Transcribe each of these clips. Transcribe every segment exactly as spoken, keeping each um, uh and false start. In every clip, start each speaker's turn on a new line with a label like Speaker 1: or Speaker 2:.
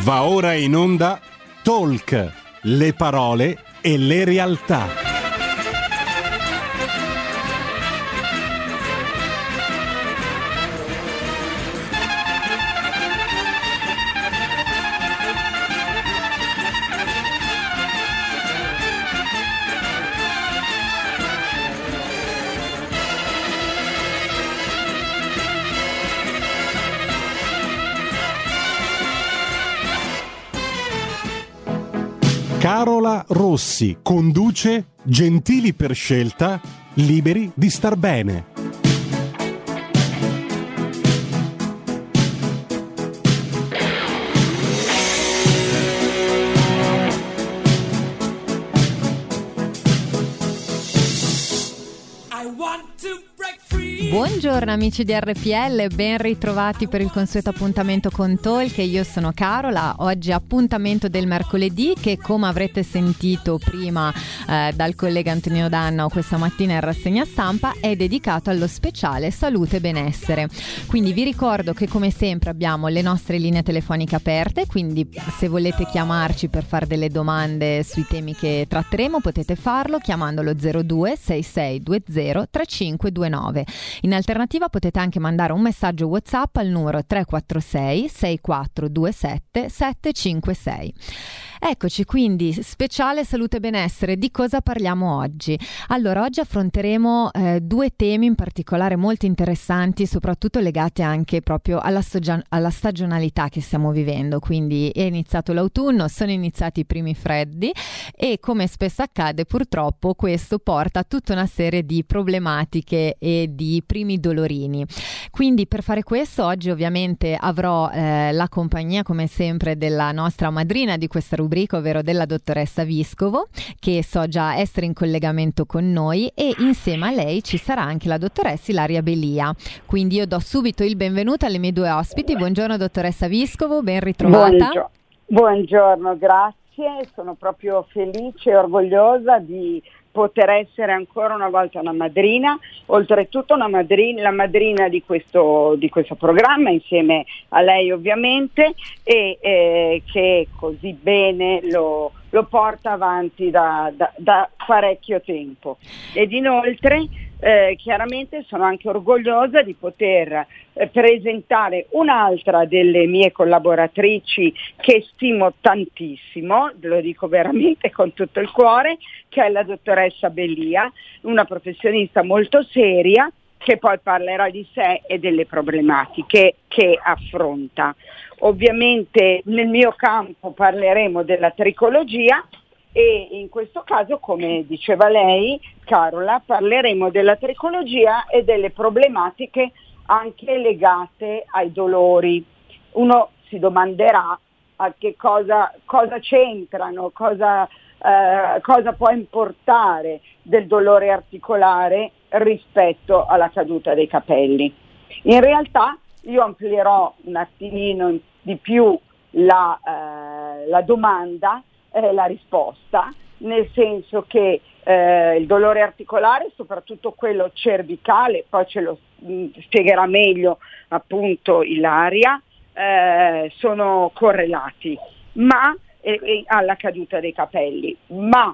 Speaker 1: Va ora in onda Talk, le parole e le realtà. Carola Rossi conduce Gentili per scelta, liberi di star bene.
Speaker 2: Buongiorno amici di R P L, ben ritrovati per il consueto appuntamento con Talk. Io sono Carola, oggi appuntamento del mercoledì che, come avrete sentito prima eh, dal collega Antonino Danna o questa mattina in rassegna stampa, è dedicato allo speciale salute e benessere. Quindi vi ricordo che come sempre abbiamo le nostre linee telefoniche aperte, quindi se volete chiamarci per fare delle domande sui temi che tratteremo potete farlo chiamandolo zero due sei sei due zero tre cinque due nove. In alternativa potete anche mandare un messaggio WhatsApp al numero tre quattro sei sei quattro due sette sette cinque sei. Eccoci, quindi speciale salute e benessere. Di cosa parliamo oggi? Allora, oggi affronteremo eh, due temi in particolare molto interessanti, soprattutto legati anche proprio alla, stagio- alla stagionalità che stiamo vivendo. Quindi è iniziato l'autunno, sono iniziati i primi freddi e, come spesso accade, purtroppo questo porta a tutta una serie di problematiche e di primi dolorini. Quindi per fare questo oggi ovviamente avrò eh, la compagnia, come sempre, della nostra madrina di questa rubrica, ovvero della dottoressa Viscovo, che so già essere in collegamento con noi, e insieme a lei ci sarà anche la dottoressa Ilaria Belia. Quindi io do subito il benvenuto alle mie due ospiti. Buongiorno dottoressa Viscovo, ben ritrovata.
Speaker 3: Buongiorno, Buongiorno, grazie, sono proprio felice e orgogliosa di poter essere ancora una volta una madrina, oltretutto una madrina, la madrina di questo, di questo programma, insieme a lei ovviamente, e eh, che così bene lo, lo porta avanti da, da, da parecchio tempo. Ed inoltre eh, chiaramente sono anche orgogliosa di poter eh, presentare un'altra delle mie collaboratrici che stimo tantissimo, lo dico veramente con tutto il cuore, che è la dottoressa Belia, una professionista molto seria che poi parlerà di sé e delle problematiche che affronta. Ovviamente nel mio campo parleremo della tricologia e in questo caso, come diceva lei, Carola, parleremo della tricologia e delle problematiche anche legate ai dolori. Uno si domanderà a che cosa, cosa c'entrano, cosa, eh, cosa può importare del dolore articolare rispetto alla caduta dei capelli. In realtà io amplierò un attimino di più la, eh, la domanda e la risposta, nel senso che eh, il dolore articolare, soprattutto quello cervicale, poi ce lo mh, spiegherà meglio appunto Ilaria, eh, sono correlati ma eh, eh, alla caduta dei capelli, ma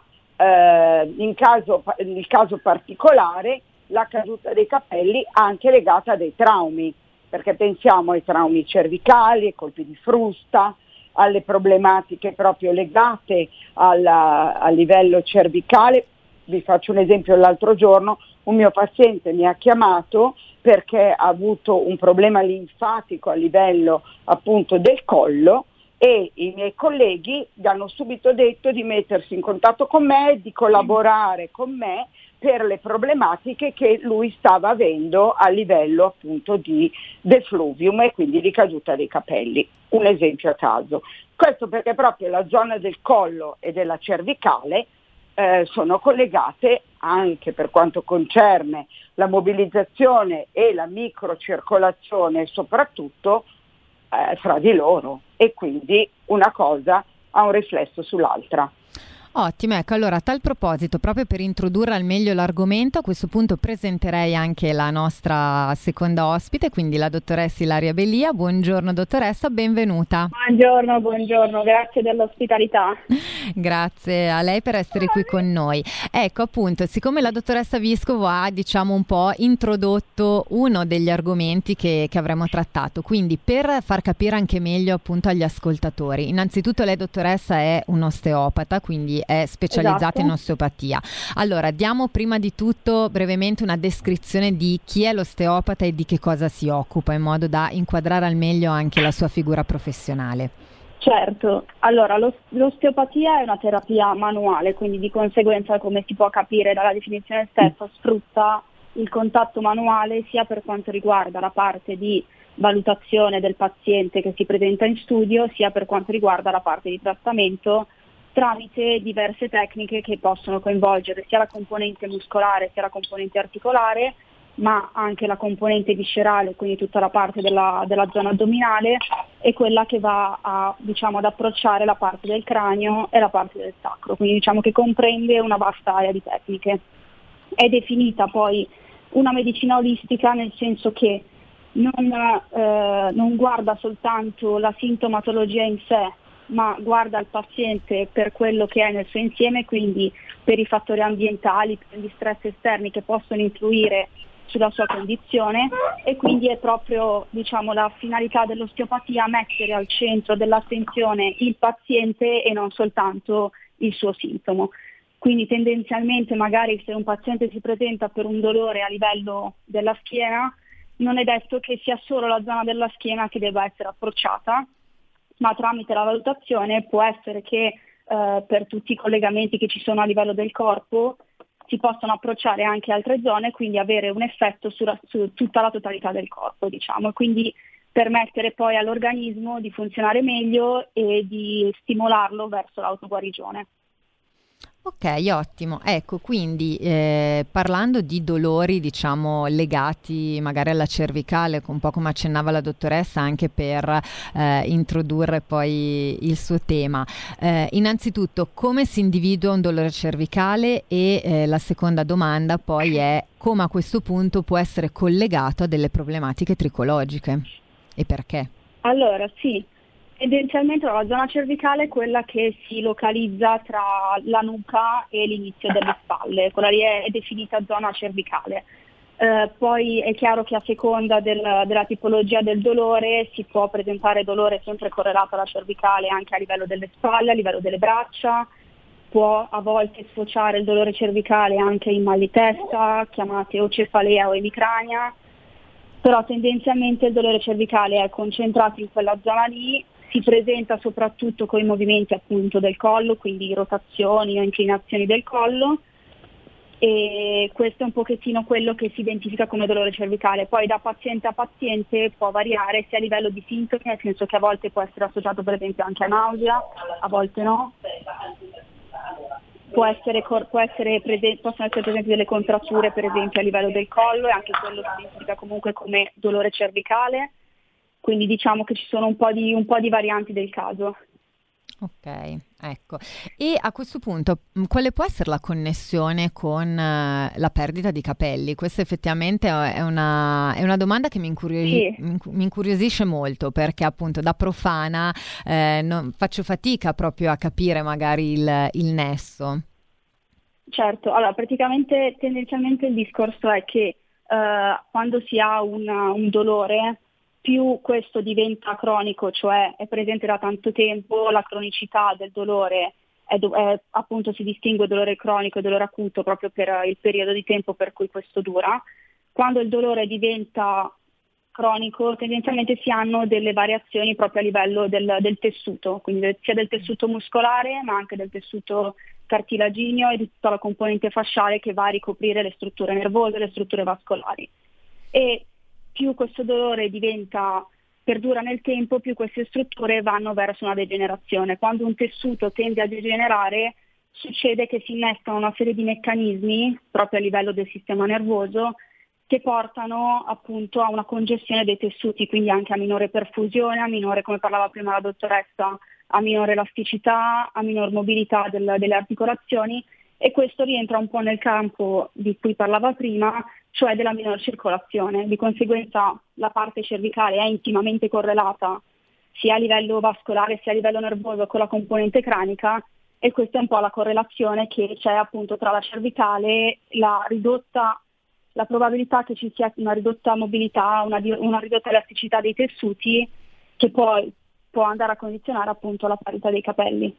Speaker 3: eh, in caso, nel caso particolare la caduta dei capelli anche legata a dei traumi, perché pensiamo ai traumi cervicali, ai colpi di frusta, alle problematiche proprio legate alla, a livello cervicale. Vi faccio un esempio: l'altro giorno un mio paziente mi ha chiamato perché ha avuto un problema linfatico a livello appunto del collo e i miei colleghi gli hanno subito detto di mettersi in contatto con me, di collaborare con me per le problematiche che lui stava avendo a livello appunto di defluvium e quindi di caduta dei capelli. Un esempio a caso. Questo perché proprio la zona del collo e della cervicale eh, sono collegate anche per quanto concerne la mobilizzazione e la microcircolazione soprattutto eh, fra di loro, e quindi una cosa ha un riflesso sull'altra.
Speaker 2: Ottimo, ecco, allora a tal proposito, proprio per introdurre al meglio l'argomento, a questo punto presenterei anche la nostra seconda ospite, quindi la dottoressa Ilaria Bellia. Buongiorno dottoressa, benvenuta.
Speaker 4: Buongiorno, buongiorno, grazie dell'ospitalità.
Speaker 2: Grazie a lei per essere qui con noi. Ecco, appunto, siccome la dottoressa Vescovo ha, diciamo, un po' introdotto uno degli argomenti che, che avremmo trattato, quindi per far capire anche meglio appunto agli ascoltatori, innanzitutto lei dottoressa è un osteopata, quindi è specializzata
Speaker 4: Esatto.
Speaker 2: in osteopatia. Allora, diamo prima di tutto brevemente una descrizione di chi è l'osteopata e di che cosa si occupa, in modo da inquadrare al meglio anche la sua figura professionale.
Speaker 4: Certo, allora lo- l'osteopatia è una terapia manuale, quindi di conseguenza, come si può capire dalla definizione stessa, sfrutta il contatto manuale sia per quanto riguarda la parte di valutazione del paziente che si presenta in studio, sia per quanto riguarda la parte di trattamento tramite diverse tecniche che possono coinvolgere sia la componente muscolare sia la componente articolare, ma anche la componente viscerale, quindi tutta la parte della, della zona addominale, e quella che va a, diciamo, ad approcciare la parte del cranio e la parte del sacro, quindi diciamo che comprende una vasta area di tecniche. È definita poi una medicina olistica nel senso che non, eh, non guarda soltanto la sintomatologia in sé, ma guarda il paziente per quello che è nel suo insieme, quindi per i fattori ambientali, per gli stress esterni che possono influire sulla sua condizione, e quindi è proprio, diciamo, la finalità dell'osteopatia mettere al centro dell'attenzione il paziente e non soltanto il suo sintomo. Quindi tendenzialmente magari se un paziente si presenta per un dolore a livello della schiena, non è detto che sia solo la zona della schiena che debba essere approcciata, ma tramite la valutazione può essere che eh, per tutti i collegamenti che ci sono a livello del corpo si possono approcciare anche altre zone, quindi avere un effetto su, su tutta la totalità del corpo, diciamo, e quindi permettere poi all'organismo di funzionare meglio e di stimolarlo verso l'autoguarigione.
Speaker 2: Ok, ottimo. Ecco, quindi eh, parlando di dolori, diciamo, legati magari alla cervicale, un po' come accennava la dottoressa, anche per eh, introdurre poi il suo tema. Eh, innanzitutto, come si individua un dolore cervicale? E eh, la seconda domanda poi è come a questo punto può essere collegato a delle problematiche tricologiche e perché?
Speaker 4: Allora, sì. Tendenzialmente la zona cervicale è quella che si localizza tra la nuca e l'inizio delle spalle, quella lì è, è definita zona cervicale. Eh, poi è chiaro che a seconda del, della tipologia del dolore si può presentare dolore sempre correlato alla cervicale anche a livello delle spalle, a livello delle braccia, può a volte sfociare il dolore cervicale anche in mal di testa, chiamate o cefalea o emicrania, però tendenzialmente il dolore cervicale è concentrato in quella zona lì. Si presenta soprattutto con i movimenti appunto del collo, quindi rotazioni o inclinazioni del collo, e questo è un pochettino quello che si identifica come dolore cervicale. Poi da paziente a paziente può variare sia a livello di sintomi, nel senso che a volte può essere associato per esempio anche a nausea, a volte no. Può essere, può essere presen- possono essere presenti delle contratture per esempio a livello del collo, e anche quello si identifica comunque come dolore cervicale. Quindi diciamo che ci sono un po' di, un po' di varianti del caso.
Speaker 2: Ok, ecco. E a questo punto, mh, quale può essere la connessione con eh, la perdita di capelli? Questa effettivamente è una, è una domanda che mi, incuriosi-
Speaker 4: Sì.
Speaker 2: mi incu- mi incuriosisce molto, perché appunto da profana eh, non- faccio fatica proprio a capire magari il, il nesso.
Speaker 4: Certo, allora praticamente tendenzialmente il discorso è che eh, quando si ha una- un dolore, più questo diventa cronico, cioè è presente da tanto tempo, la cronicità del dolore è, do- è, appunto si distingue dolore cronico e dolore acuto proprio per il periodo di tempo per cui questo dura. Quando il dolore diventa cronico, tendenzialmente si hanno delle variazioni proprio a livello del, del tessuto, quindi del- sia del tessuto muscolare ma anche del tessuto cartilagineo e di tutta la componente fasciale che va a ricoprire le strutture nervose, le strutture vascolari. E più questo dolore diventa, perdura nel tempo, più queste strutture vanno verso una degenerazione. Quando un tessuto tende a degenerare, succede che si innestano una serie di meccanismi proprio a livello del sistema nervoso che portano appunto a una congestione dei tessuti, quindi anche a minore perfusione, a minore, come parlava prima la dottoressa, ha minore elasticità, ha minor mobilità del, delle articolazioni, e questo rientra un po' nel campo di cui parlava prima, cioè della minor circolazione. Di conseguenza la parte cervicale è intimamente correlata sia a livello vascolare sia a livello nervoso con la componente cranica, e questa è un po' la correlazione che c'è appunto tra la cervicale, la ridotta, la probabilità che ci sia una ridotta mobilità, una, una ridotta elasticità dei tessuti, che poi può andare a condizionare appunto la parità dei capelli.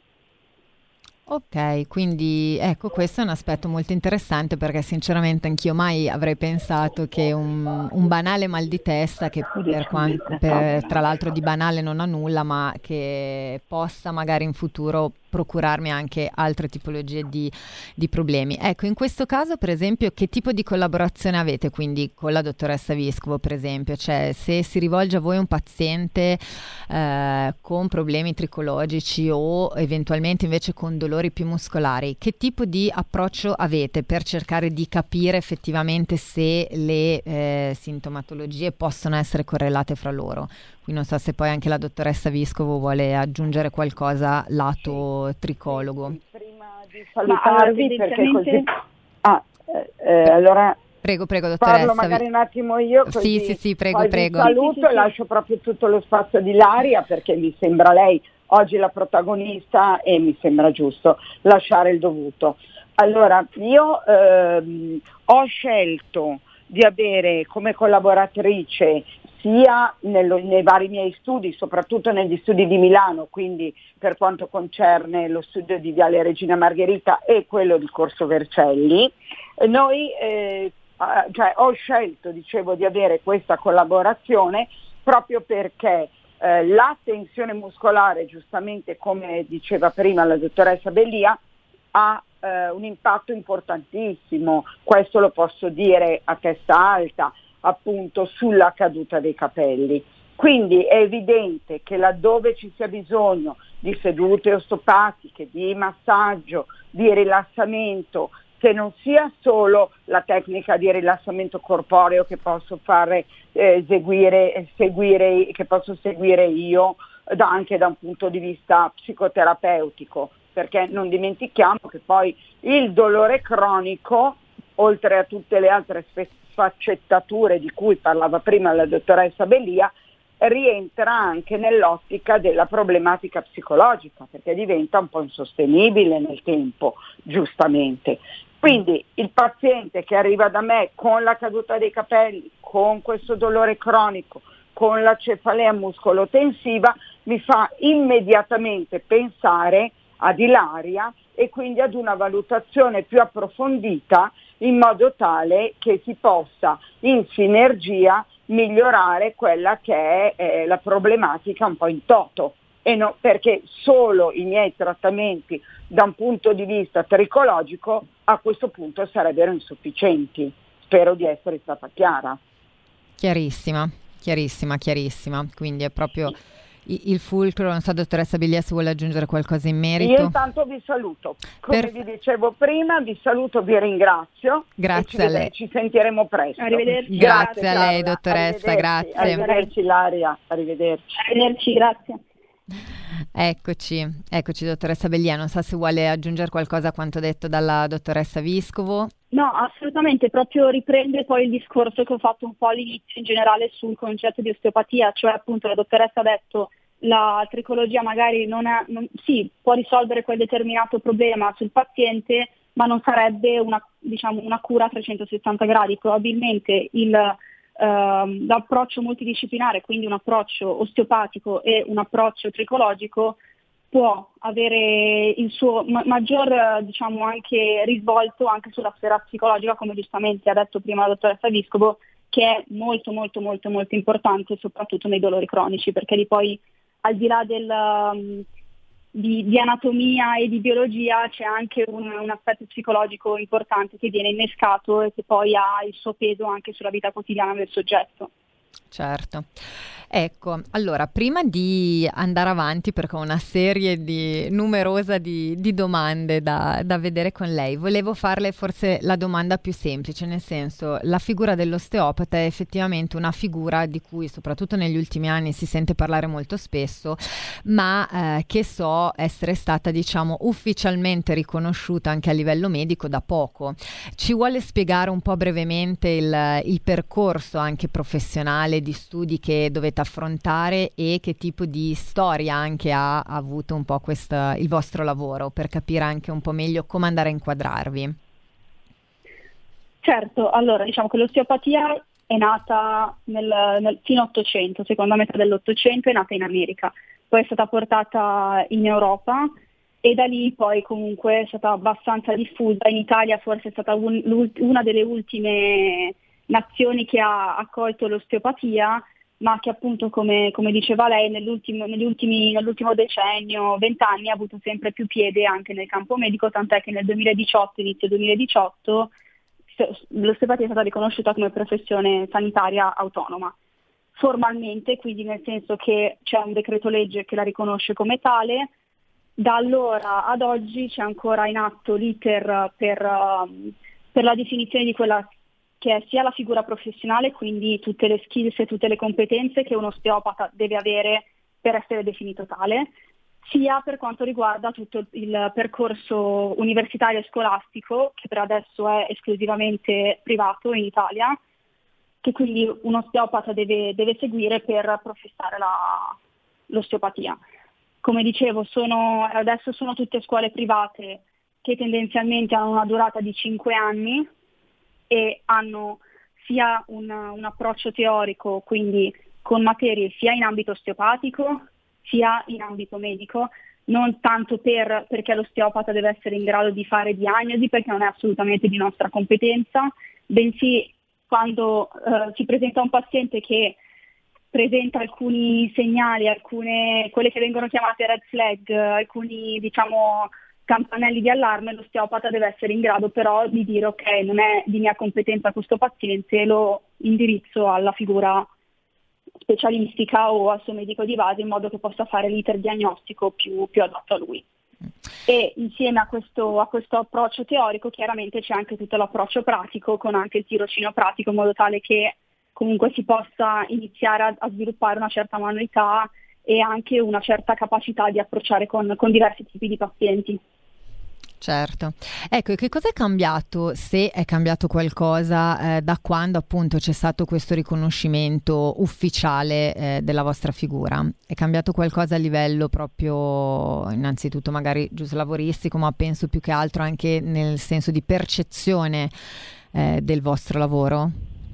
Speaker 2: Ok, quindi ecco, questo è un aspetto molto interessante, perché sinceramente anch'io mai avrei pensato che un, un banale mal di testa, che per quanto, per, tra l'altro di banale non ha nulla, ma che possa magari in futuro procurarmi anche altre tipologie di, di problemi. Ecco, in questo caso per esempio che tipo di collaborazione avete quindi con la dottoressa Viscovo, per esempio? Cioè, se si rivolge a voi un paziente eh, con problemi tricologici o eventualmente invece con dolori più muscolari, che tipo di approccio avete per cercare di capire effettivamente se le eh, sintomatologie possono essere correlate fra loro? Qui non so se poi anche la dottoressa Viscovo vuole aggiungere qualcosa lato tricologo.
Speaker 3: Prima di salutarvi, perché così... Ah, eh, allora...
Speaker 2: Prego, prego, dottoressa.
Speaker 3: Parlo magari un attimo io, così
Speaker 2: sì, sì, sì, prego,
Speaker 3: poi
Speaker 2: prego.
Speaker 3: Vi saluto
Speaker 4: sì, sì, sì.
Speaker 3: E lascio proprio tutto lo spazio di Ilaria, perché mi sembra lei oggi la protagonista e mi sembra giusto lasciare il dovuto. Allora, io ehm, ho scelto di avere come collaboratrice sia nello, nei vari miei studi, soprattutto negli studi di Milano, quindi per quanto concerne lo studio di Viale Regina Margherita e quello di Corso Vercelli, noi eh, cioè, ho scelto, dicevo, di avere questa collaborazione proprio perché eh, la tensione muscolare, giustamente come diceva prima la dottoressa Bellia, ha eh, un impatto importantissimo, questo lo posso dire a testa alta, appunto sulla caduta dei capelli. Quindi è evidente che laddove ci sia bisogno di sedute osteopatiche, di massaggio, di rilassamento, che non sia solo la tecnica di rilassamento corporeo che posso fare eh, eseguire, seguire, che posso seguire io da, anche da un punto di vista psicoterapeutico, perché non dimentichiamo che poi il dolore cronico, oltre a tutte le altre sfaccettature di cui parlava prima la dottoressa Bellia, rientra anche nell'ottica della problematica psicologica, perché diventa un po' insostenibile nel tempo, giustamente. Quindi il paziente che arriva da me con la caduta dei capelli, con questo dolore cronico, con la cefalea muscolotensiva, mi fa immediatamente pensare ad Ilaria e quindi ad una valutazione più approfondita, in modo tale che si possa in sinergia migliorare quella che è eh, la problematica un po' in toto, e no, perché solo i miei trattamenti da un punto di vista tricologico a questo punto sarebbero insufficienti. Spero di essere stata chiara.
Speaker 2: Chiarissima, chiarissima, chiarissima. Quindi è proprio il fulcro. Non so, dottoressa Bellia, se vuole aggiungere qualcosa in merito.
Speaker 3: Io intanto vi saluto, come
Speaker 2: per...
Speaker 3: vi dicevo prima, vi saluto, vi ringrazio.
Speaker 2: Grazie a lei.
Speaker 3: Ci sentiremo presto.
Speaker 4: Arrivederci.
Speaker 2: Grazie,
Speaker 3: grazie
Speaker 2: a lei,
Speaker 3: Carla.
Speaker 2: dottoressa, grazie.
Speaker 3: Arrivederci Ilaria, arrivederci.
Speaker 4: Arrivederci, grazie.
Speaker 2: Eccoci, eccoci dottoressa Bellia, non so se vuole aggiungere qualcosa a quanto detto dalla dottoressa Viscovo.
Speaker 4: No, assolutamente, proprio riprende poi il discorso che ho fatto un po' all'inizio in generale sul concetto di osteopatia, cioè appunto la dottoressa ha detto la tricologia magari non è, non, sì, può risolvere quel determinato problema sul paziente, ma non sarebbe una, diciamo, una cura a trecentosessanta gradi. Probabilmente il Uh, l'approccio multidisciplinare, quindi un approccio osteopatico e un approccio tricologico, può avere il suo ma- maggior diciamo anche risvolto anche sulla sfera psicologica, come giustamente ha detto prima la dottoressa Viscovo, che è molto molto molto molto importante soprattutto nei dolori cronici, perché di poi al di là del um, Di, di anatomia e di biologia c'è anche un, un aspetto psicologico importante che viene innescato e che poi ha il suo peso anche sulla vita quotidiana del soggetto.
Speaker 2: Certo. Ecco, allora, prima di andare avanti, perché ho una serie di numerosa di, di domande da, da vedere con lei, volevo farle forse la domanda più semplice, nel senso, la figura dell'osteopata è effettivamente una figura di cui soprattutto negli ultimi anni si sente parlare molto spesso, ma eh, che so essere stata, diciamo, ufficialmente riconosciuta anche a livello medico da poco. Ci vuole spiegare un po' brevemente il, il percorso anche professionale di studi che dovete affrontare e che tipo di storia anche ha, ha avuto un po' questa, il vostro lavoro, per capire anche un po' meglio come andare a inquadrarvi?
Speaker 4: Certo, allora diciamo che l'osteopatia è nata nel, nel fino all'Ottocento, seconda metà dell'Ottocento è nata in America, poi è stata portata in Europa e da lì poi comunque è stata abbastanza diffusa. In Italia forse è stata un, una delle ultime nazioni che ha accolto l'osteopatia, ma che appunto, come, come diceva lei, nell'ultimo, negli ultimi, nell'ultimo decennio, vent'anni, ha avuto sempre più piede anche nel campo medico, tant'è che nel duemiladiciotto, inizio duemiladiciotto, l'osteopatia è stata riconosciuta come professione sanitaria autonoma. Formalmente, quindi nel senso che c'è un decreto legge che la riconosce come tale. Da allora ad oggi c'è ancora in atto l'iter per, uh, per la definizione di quella che è sia la figura professionale, quindi tutte le skills e tutte le competenze che un osteopata deve avere per essere definito tale, sia per quanto riguarda tutto il percorso universitario e scolastico, che per adesso è esclusivamente privato in Italia, che quindi un osteopata deve, deve seguire per professare la, l'osteopatia. Come dicevo, sono, adesso sono tutte scuole private che tendenzialmente hanno una durata di cinque anni, e hanno sia un, un approccio teorico, quindi con materie sia in ambito osteopatico sia in ambito medico, non tanto per, perché l'osteopata deve essere in grado di fare diagnosi, perché non è assolutamente di nostra competenza, bensì quando eh, si presenta un paziente che presenta alcuni segnali, alcune quelle che vengono chiamate red flag, alcuni diciamo campanelli di allarme, l'osteopata deve essere in grado però di dire ok, non è di mia competenza questo paziente, lo indirizzo alla figura specialistica o al suo medico di base in modo che possa fare l'iter diagnostico più, più adatto a lui. E insieme a questo, a questo approccio teorico chiaramente c'è anche tutto l'approccio pratico, con anche il tirocinio pratico, in modo tale che comunque si possa iniziare a, a sviluppare una certa manualità e anche una certa capacità di approcciare con, con diversi tipi di pazienti.
Speaker 2: Certo. Ecco, e che cosa è cambiato, se è cambiato qualcosa, eh, da quando appunto c'è stato questo riconoscimento ufficiale eh, della vostra figura? È cambiato qualcosa a livello proprio, innanzitutto magari giuslavoristico, ma penso più che altro anche nel senso di percezione eh, del vostro lavoro?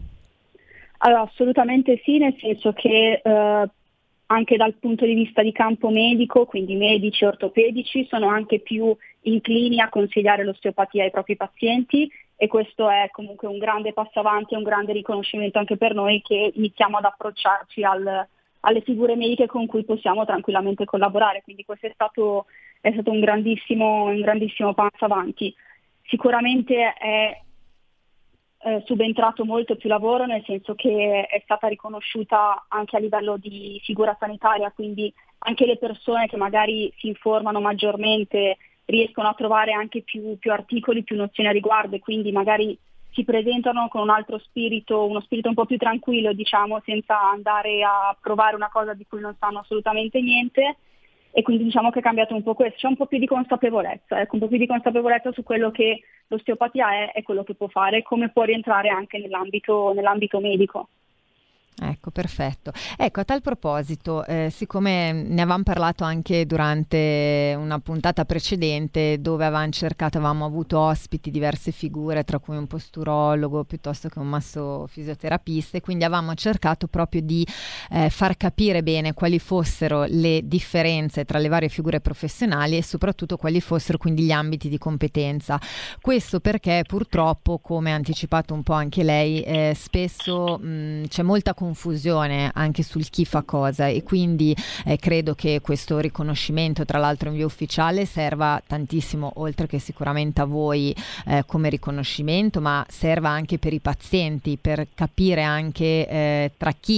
Speaker 4: Allora, assolutamente sì, nel senso che eh, anche dal punto di vista di campo medico, quindi medici, ortopedici, sono anche più inclini a consigliare l'osteopatia ai propri pazienti, e questo è comunque un grande passo avanti e un grande riconoscimento anche per noi, che iniziamo ad approcciarci al, alle figure mediche con cui possiamo tranquillamente collaborare. Quindi questo è stato, è stato un grandissimo, un grandissimo passo avanti. Sicuramente è Eh, subentrato molto più lavoro, nel senso che è stata riconosciuta anche a livello di figura sanitaria, quindi anche le persone che magari si informano maggiormente riescono a trovare anche più, più articoli, più nozioni a riguardo, e quindi magari si presentano con un altro spirito, uno spirito un po' più tranquillo, diciamo, senza andare a provare una cosa di cui non sanno assolutamente niente. E quindi diciamo che è cambiato un po' questo, c'è un po' più di consapevolezza, ecco, un po' più di consapevolezza su quello che l'osteopatia è e quello che può fare, come può rientrare anche nell'ambito, nell'ambito medico.
Speaker 2: Ecco, perfetto. Ecco, a tal proposito, eh, siccome ne avevamo parlato anche durante una puntata precedente, dove avevamo cercato, avevamo avuto ospiti diverse figure, tra cui un posturologo piuttosto che un massofisioterapista, e quindi avevamo cercato proprio di eh, far capire bene quali fossero le differenze tra le varie figure professionali e soprattutto quali fossero quindi gli ambiti di competenza. Questo perché purtroppo, come ha anticipato un po' anche lei, eh, spesso mh, c'è molta confusione confusione anche sul chi fa cosa, e quindi eh, credo che questo riconoscimento, tra l'altro in via ufficiale, serva tantissimo, oltre che sicuramente a voi eh, come riconoscimento, ma serva anche per i pazienti, per capire anche eh, tra chi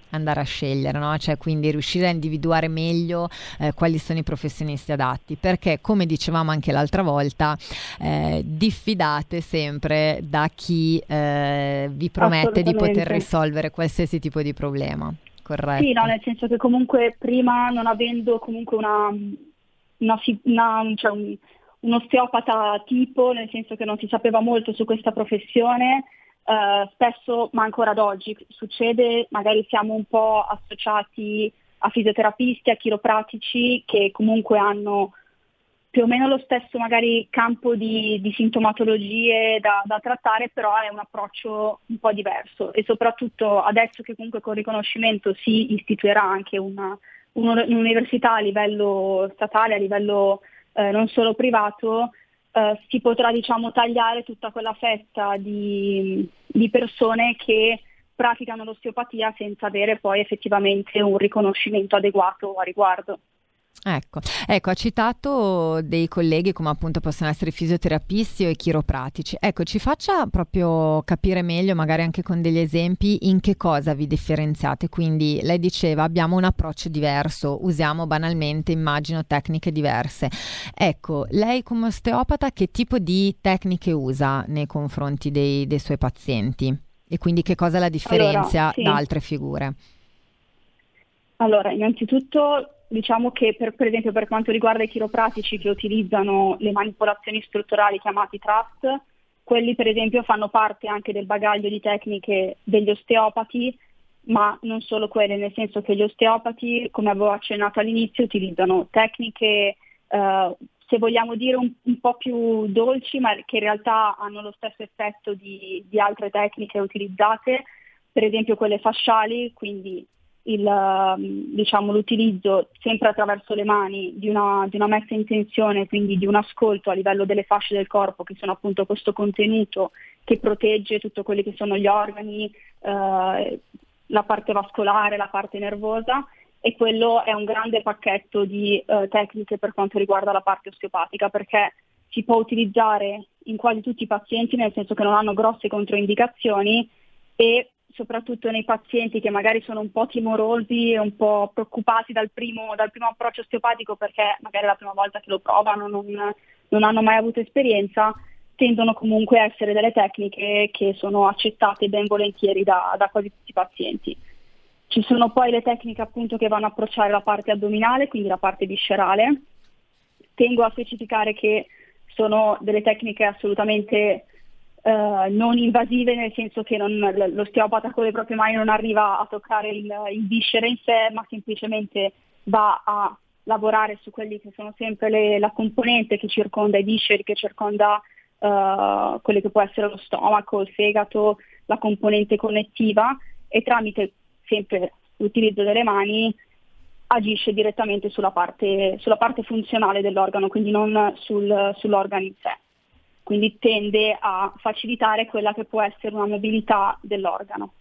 Speaker 2: andare a scegliere, no? Cioè, quindi riuscire a individuare meglio eh, quali sono i professionisti adatti, perché come dicevamo anche l'altra volta, eh, diffidate sempre da chi eh, vi promette di poter risolvere qualsiasi tipo di problema. Corretto.
Speaker 4: Sì, no, nel senso che comunque prima, non avendo comunque una, una, una cioè un, un osteopata tipo, nel senso che non si sapeva molto su questa professione, Uh, spesso, ma ancora ad oggi, succede, magari siamo un po' associati a fisioterapisti, a chiropratici che comunque hanno più o meno lo stesso magari campo di, di sintomatologie da, da trattare, però è un approccio un po' diverso, e soprattutto adesso che comunque con riconoscimento si istituirà anche una, un'università a livello statale, a livello eh, non solo privato, Uh, si potrà, diciamo, tagliare tutta quella fetta di, di persone che praticano l'osteopatia senza avere poi effettivamente un riconoscimento adeguato a riguardo.
Speaker 2: Ecco, ecco, ha citato dei colleghi come appunto possono essere fisioterapisti o i chiropratici. Ecco, ci faccia proprio capire meglio, magari anche con degli esempi, in che cosa vi differenziate. Quindi lei diceva abbiamo un approccio diverso, usiamo banalmente, immagino, tecniche diverse. Ecco, lei come osteopata che tipo di tecniche usa nei confronti dei, dei suoi pazienti? E quindi che cosa la differenzia
Speaker 4: allora, sì.
Speaker 2: da altre figure?
Speaker 4: Allora, innanzitutto diciamo che per, per esempio per quanto riguarda i chiropratici che utilizzano le manipolazioni strutturali chiamati trust, quelli per esempio fanno parte anche del bagaglio di tecniche degli osteopati, ma non solo quelle, nel senso che gli osteopati, come avevo accennato all'inizio, utilizzano tecniche, eh, se vogliamo dire un, un po' più dolci, ma che in realtà hanno lo stesso effetto di, di altre tecniche utilizzate, per esempio quelle fasciali, quindi Il, diciamo, l'utilizzo sempre attraverso le mani di una, di una messa in tensione, quindi di un ascolto a livello delle fasce del corpo, che sono appunto questo contenuto che protegge tutto quelli che sono gli organi, eh, la parte vascolare, la parte nervosa, e quello è un grande pacchetto di eh, tecniche per quanto riguarda la parte osteopatica, perché si può utilizzare in quasi tutti i pazienti, nel senso che non hanno grosse controindicazioni, e soprattutto nei pazienti che magari sono un po' timorosi e un po' preoccupati dal primo, dal primo approccio osteopatico, perché magari è la prima volta che lo provano, non, non hanno mai avuto esperienza, tendono comunque a essere delle tecniche che sono accettate ben volentieri da, da quasi tutti i pazienti. Ci sono poi le tecniche appunto che vanno a approcciare la parte addominale, quindi la parte viscerale. Tengo a specificare che sono delle tecniche assolutamente Uh, non invasive, nel senso che non, l'osteopata con le proprie mani non arriva a toccare il, il viscere in sé, ma semplicemente va a lavorare su quelli che sono sempre le, la componente che circonda i visceri, che circonda uh, quello che può essere lo stomaco, il fegato, la componente connettiva, e tramite sempre l'utilizzo delle mani agisce direttamente sulla parte, sulla parte funzionale dell'organo, quindi non sul, sull'organo in sé. Quindi tende a facilitare quella che può essere una mobilità dell'organo.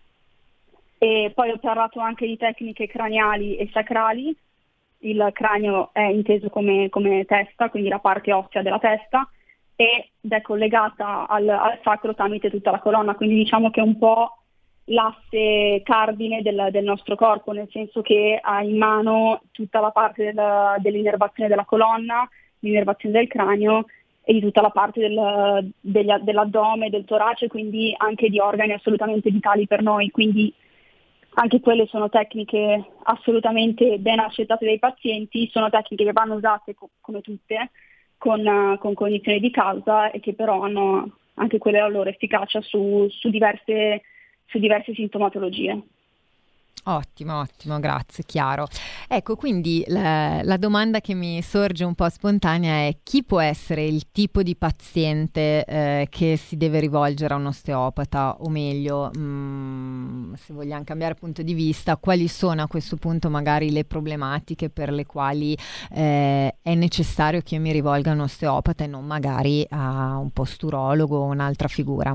Speaker 4: E poi ho parlato anche di tecniche craniali e sacrali. Il cranio è inteso come, come testa, quindi la parte ossea della testa, ed è collegata al, al sacro tramite tutta la colonna, quindi diciamo che è un po' l'asse cardine del, del nostro corpo, nel senso che ha in mano tutta la parte del, dell'innervazione della colonna, l'innervazione del cranio, e di tutta la parte del, degli, dell'addome, del torace, quindi anche di organi assolutamente vitali per noi, quindi anche quelle sono tecniche assolutamente ben accettate dai pazienti, sono tecniche che vanno usate co- come tutte, con, con cognizione di causa, e che però hanno anche quelle la loro efficacia su, su, diverse, su diverse sintomatologie.
Speaker 2: Ottimo, ottimo, grazie, chiaro. Ecco, quindi la, la domanda che mi sorge un po' spontanea è: chi può essere il tipo di paziente eh, che si deve rivolgere a un osteopata, o meglio, mh, se vogliamo cambiare punto di vista, quali sono a questo punto magari le problematiche per le quali eh, è necessario che io mi rivolga a un osteopata e non magari a un posturologo o un'altra figura?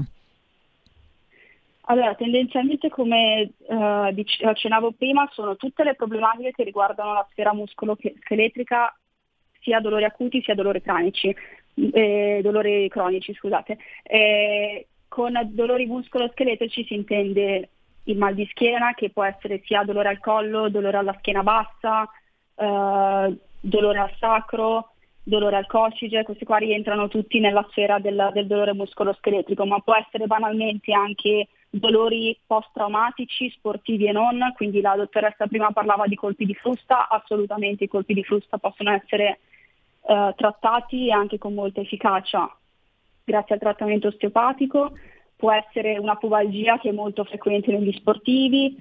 Speaker 4: Allora, tendenzialmente, come uh, dic- accennavo prima, sono tutte le problematiche che riguardano la sfera muscolo-scheletrica, sia dolori acuti sia dolori cronici, eh, dolori cronici, scusate. Eh, con dolori muscolo-scheletrici si intende il mal di schiena, che può essere sia dolore al collo, dolore alla schiena bassa, eh, dolore al sacro, dolore al coccige. Questi qua rientrano tutti nella sfera del, del dolore muscoloscheletrico, ma può essere banalmente anche dolori post-traumatici, sportivi e non. Quindi la dottoressa prima parlava di colpi di frusta, assolutamente i colpi di frusta possono essere eh, trattati anche con molta efficacia grazie al trattamento osteopatico. Può essere una pubalgia che è molto frequente negli sportivi,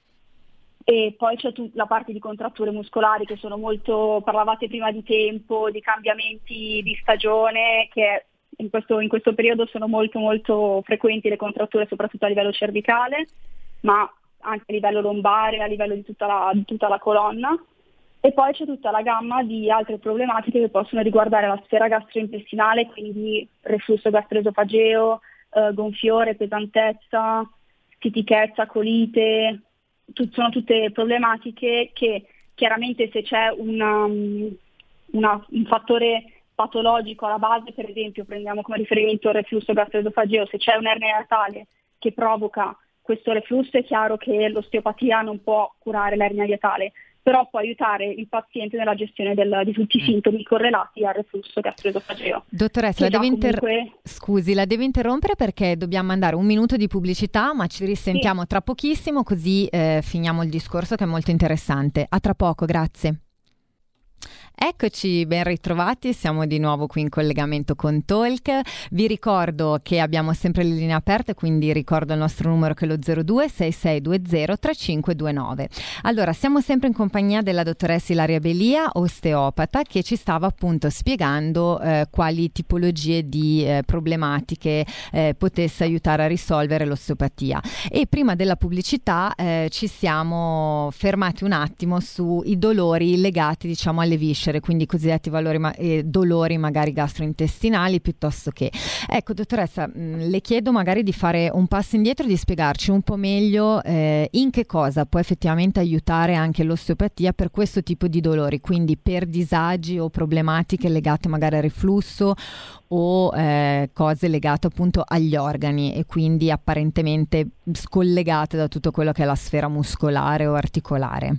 Speaker 4: e poi c'è tut- la parte di contratture muscolari che sono molto, parlavate prima di tempo, di cambiamenti di stagione, che in questo, in questo periodo sono molto molto frequenti le contratture, soprattutto a livello cervicale, ma anche a livello lombare, a livello di tutta la, di tutta la colonna. E poi c'è tutta la gamma di altre problematiche che possono riguardare la sfera gastrointestinale, quindi reflusso gastroesofageo, eh, gonfiore, pesantezza, stitichezza, colite. Tut- sono tutte problematiche che chiaramente, se c'è una, una, un fattore patologico alla base, per esempio prendiamo come riferimento il reflusso gastroesofageo, se c'è un'ernia iatale che provoca questo reflusso, è chiaro che l'osteopatia non può curare l'ernia iatale, però può aiutare il paziente nella gestione del, di tutti i sintomi correlati al reflusso gastroesofageo.
Speaker 2: Dottoressa, la devo inter-
Speaker 4: comunque...
Speaker 2: scusi, la devo interrompere perché dobbiamo mandare un minuto di pubblicità, ma ci risentiamo sì. tra pochissimo, così eh, finiamo il discorso che è molto interessante. A tra poco, grazie. Eccoci, ben ritrovati, siamo di nuovo qui in collegamento con Talk. Vi ricordo che abbiamo sempre le linee aperte, quindi ricordo il nostro numero che è lo zero due sei sei due zero tre cinque due nove. Allora, siamo sempre in compagnia della dottoressa Ilaria Belia, osteopata, che ci stava appunto spiegando eh, quali tipologie di eh, problematiche eh, potesse aiutare a risolvere l'osteopatia. E prima della pubblicità eh, ci siamo fermati un attimo sui dolori legati, diciamo, alle viscere, quindi i cosiddetti valori ma- eh, dolori magari gastrointestinali, piuttosto che. Ecco, dottoressa, mh, le chiedo magari di fare un passo indietro e di spiegarci un po' meglio eh, in che cosa può effettivamente aiutare anche l'osteopatia per questo tipo di dolori, quindi per disagi o problematiche legate magari al reflusso o eh, cose legate appunto agli organi e quindi apparentemente scollegate da tutto quello che è la sfera muscolare o articolare.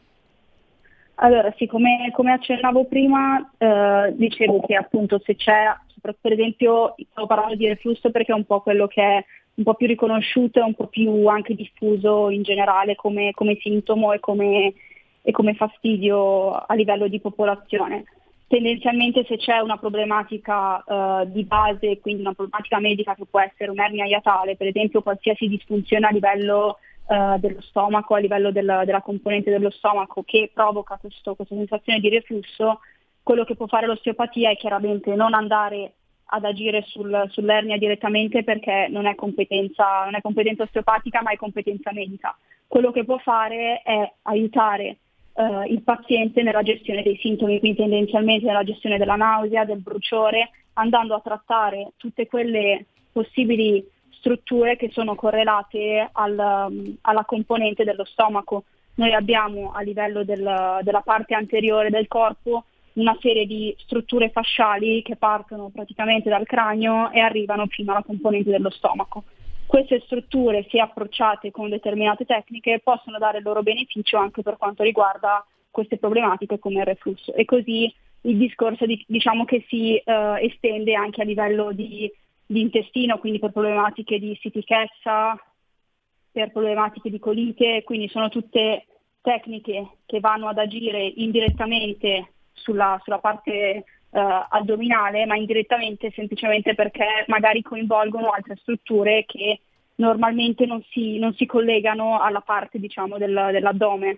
Speaker 4: Allora sì, come, come accennavo prima, eh, dicevo che appunto se c'è, per esempio, stavo parlando di reflusso perché è un po' quello che è un po' più riconosciuto e un po' più anche diffuso in generale come, come sintomo e come, e come fastidio a livello di popolazione. Tendenzialmente se c'è una problematica eh, di base, quindi una problematica medica che può essere un'ernia iatale, per esempio qualsiasi disfunzione a livello Uh, dello stomaco, a livello del, della componente dello stomaco che provoca questo, questa sensazione di reflusso, quello che può fare l'osteopatia è chiaramente non andare ad agire sul, sull'ernia direttamente, perché non è competenza, non è competenza osteopatica ma è competenza medica. Quello che può fare è aiutare uh, il paziente nella gestione dei sintomi, quindi tendenzialmente nella gestione della nausea, del bruciore, andando a trattare tutte quelle possibili strutture che sono correlate al, um, alla componente dello stomaco. Noi abbiamo a livello del, della parte anteriore del corpo una serie di strutture fasciali che partono praticamente dal cranio e arrivano fino alla componente dello stomaco. Queste strutture, se approcciate con determinate tecniche, possono dare il loro beneficio anche per quanto riguarda queste problematiche come il reflusso. E così il discorso di, diciamo che si uh, estende anche a livello di di intestino, quindi per problematiche di stitichezza, per problematiche di colite, quindi sono tutte tecniche che vanno ad agire indirettamente sulla, sulla parte uh, addominale, ma indirettamente semplicemente perché magari coinvolgono altre strutture che normalmente non si, non si collegano alla parte, diciamo, del, dell'addome.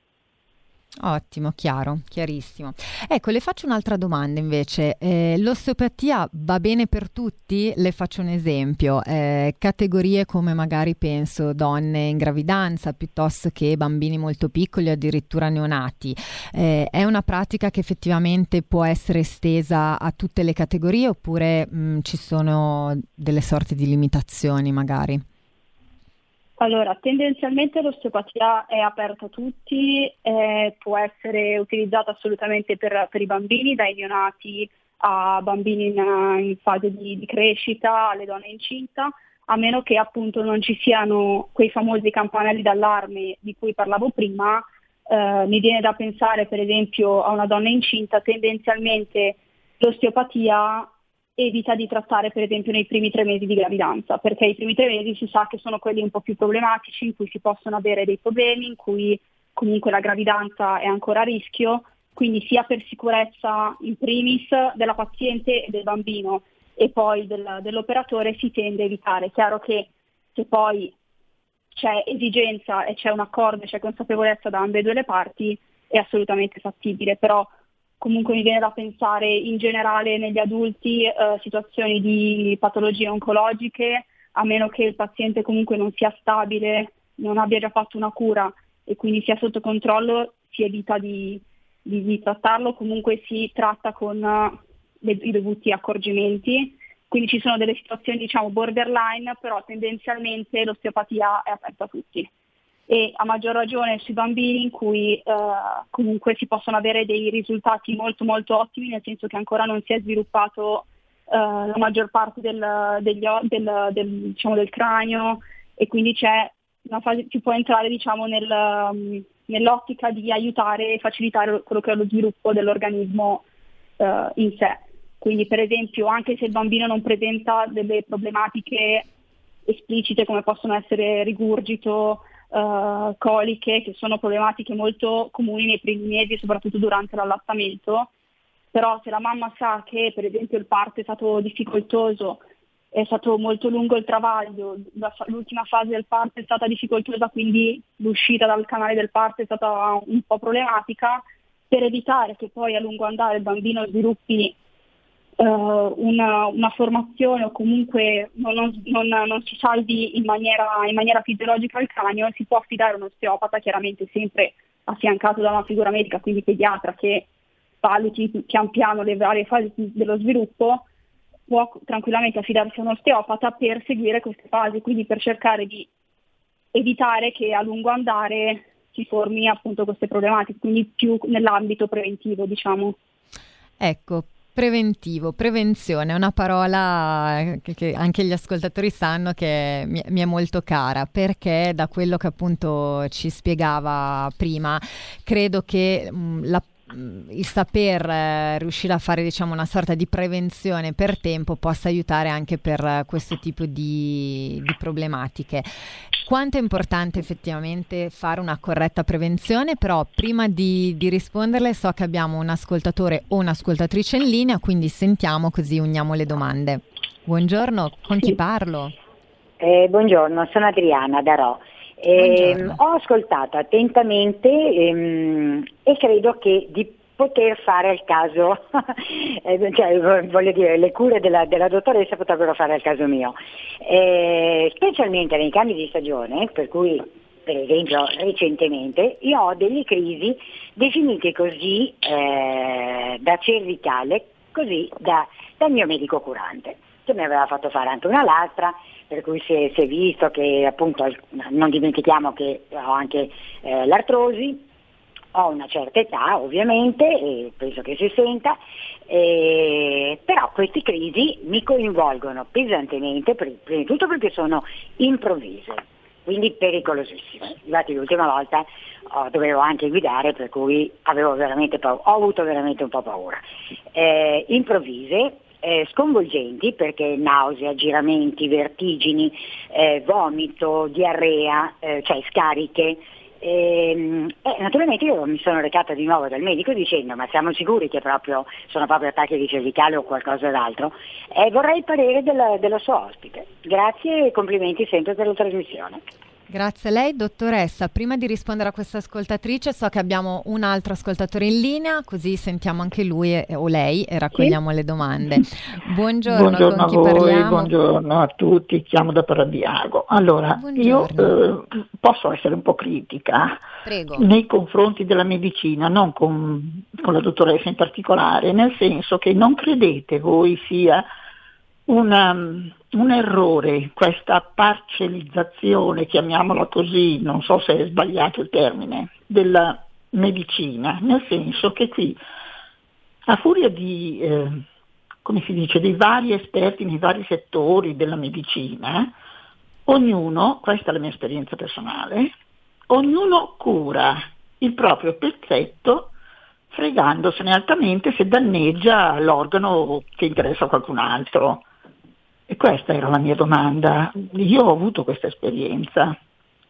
Speaker 2: Ottimo, chiaro, chiarissimo. Ecco, le faccio un'altra domanda invece. Eh, l'osteopatia va bene per tutti? Le faccio un esempio. Eh, categorie come magari penso donne in gravidanza piuttosto che bambini molto piccoli o addirittura neonati. Eh, è una pratica che effettivamente può essere estesa a tutte le categorie oppure mh, ci sono delle sorte di limitazioni magari?
Speaker 4: Allora, tendenzialmente l'osteopatia è aperta a tutti, eh, può essere utilizzata assolutamente per, per i bambini, dai neonati a bambini in, in fase di, di crescita, alle donne incinta, a meno che appunto non ci siano quei famosi campanelli d'allarme di cui parlavo prima. Eh, mi viene da pensare per esempio a una donna incinta. Tendenzialmente l'osteopatia evita di trattare per esempio nei primi tre mesi di gravidanza, perché i primi tre mesi si sa che sono quelli un po' più problematici, in cui si possono avere dei problemi, in cui comunque la gravidanza è ancora a rischio, quindi sia per sicurezza in primis della paziente e del bambino e poi del, dell'operatore si tende a evitare. È chiaro che se poi c'è esigenza e c'è un accordo, c'è consapevolezza da ambedue le parti, è assolutamente fattibile, però comunque mi viene da pensare in generale negli adulti eh, situazioni di patologie oncologiche, a meno che il paziente comunque non sia stabile, non abbia già fatto una cura e quindi sia sotto controllo, si evita di, di, di trattarlo, comunque si tratta con uh, le, i dovuti accorgimenti. Quindi ci sono delle situazioni diciamo borderline, però tendenzialmente l'osteopatia è aperta a tutti. E a maggior ragione sui bambini in cui eh, comunque si possono avere dei risultati molto molto ottimi, nel senso che ancora non si è sviluppato eh, la maggior parte del, degli, del, del, diciamo, del cranio, e quindi c'è una fase, si può entrare diciamo nel, um, nell'ottica di aiutare e facilitare quello che è lo sviluppo dell'organismo eh, in sé. Quindi per esempio anche se il bambino non presenta delle problematiche esplicite come possono essere rigurgito, Uh, coliche, che sono problematiche molto comuni nei primi mesi, soprattutto durante l'allattamento, però se la mamma sa che per esempio il parto è stato difficoltoso, è stato molto lungo il travaglio, la, l'ultima fase del parto è stata difficoltosa, quindi l'uscita dal canale del parto è stata un po' problematica, per evitare che poi a lungo andare il bambino sviluppi Uh, una, una formazione o comunque non, non, non, non si salvi in maniera, in maniera fisiologica il cranio, si può affidare a un osteopata, chiaramente sempre affiancato da una figura medica, quindi pediatra, che valuti pian piano le varie fasi dello sviluppo. Può tranquillamente affidarsi a un osteopata per seguire queste fasi, quindi per cercare di evitare che a lungo andare si formi appunto queste problematiche, quindi più nell'ambito preventivo, diciamo.
Speaker 2: Ecco. Preventivo, prevenzione è una parola che, che anche gli ascoltatori sanno che mi, mi è molto cara, perché da quello che appunto ci spiegava prima, credo che mh, la il saper eh, riuscire a fare diciamo una sorta di prevenzione per tempo possa aiutare anche per eh, questo tipo di, di problematiche. Quanto è importante effettivamente fare una corretta prevenzione, però prima di, di risponderle so che abbiamo un ascoltatore o un'ascoltatrice in linea, quindi sentiamo così uniamo le domande. Buongiorno, con chi parlo?
Speaker 5: Eh, buongiorno, sono Adriana da Rho. Eh, ho ascoltato attentamente ehm, e credo che di poter fare al caso, eh, cioè, voglio dire, le cure della, della dottoressa potrebbero fare al caso mio, eh, specialmente nei cambi di stagione, per cui per esempio recentemente io ho delle crisi definite così eh, da cervicale, così da, dal mio medico curante, che mi aveva fatto fare anche una lastra, per cui si è, si è visto che appunto non dimentichiamo che ho anche eh, l'artrosi, ho una certa età ovviamente e penso che si senta, eh, però queste crisi mi coinvolgono pesantemente, per, prima di tutto perché sono improvvise, quindi pericolosissime. Infatti l'ultima volta oh, dovevo anche guidare, per cui avevo veramente paura, ho avuto veramente un po' paura. Eh, improvvise, Eh, sconvolgenti, perché nausea, giramenti, vertigini, eh, vomito, diarrea, eh, cioè scariche. E, e naturalmente io mi sono recata di nuovo dal medico dicendo: ma siamo sicuri che proprio sono proprio attacchi di cervicale o qualcosa d'altro? E vorrei il parere della, della sua ospite. Grazie e complimenti sempre per la trasmissione.
Speaker 2: Grazie a lei, dottoressa. Prima di rispondere a questa ascoltatrice, so che abbiamo un altro ascoltatore in linea, così sentiamo anche lui e, o lei e raccogliamo sì? le domande. Buongiorno,
Speaker 6: buongiorno
Speaker 2: con chi
Speaker 6: a voi,
Speaker 2: parliamo?
Speaker 6: Buongiorno a tutti, chiamo da Parabiago. Allora, buongiorno. io eh, posso essere un po' critica
Speaker 2: Prego.
Speaker 6: nei confronti della medicina, non con, con la dottoressa in particolare, nel senso che non credete voi sia Una, un errore questa parcellizzazione, chiamiamola così, non so se è sbagliato il termine, della medicina, nel senso che qui a furia di, eh, come si dice, dei vari esperti nei vari settori della medicina, ognuno, questa è la mia esperienza personale, ognuno cura il proprio pezzetto fregandosene altamente se danneggia l'organo che interessa a qualcun altro. E questa era la mia domanda. Io ho avuto questa esperienza.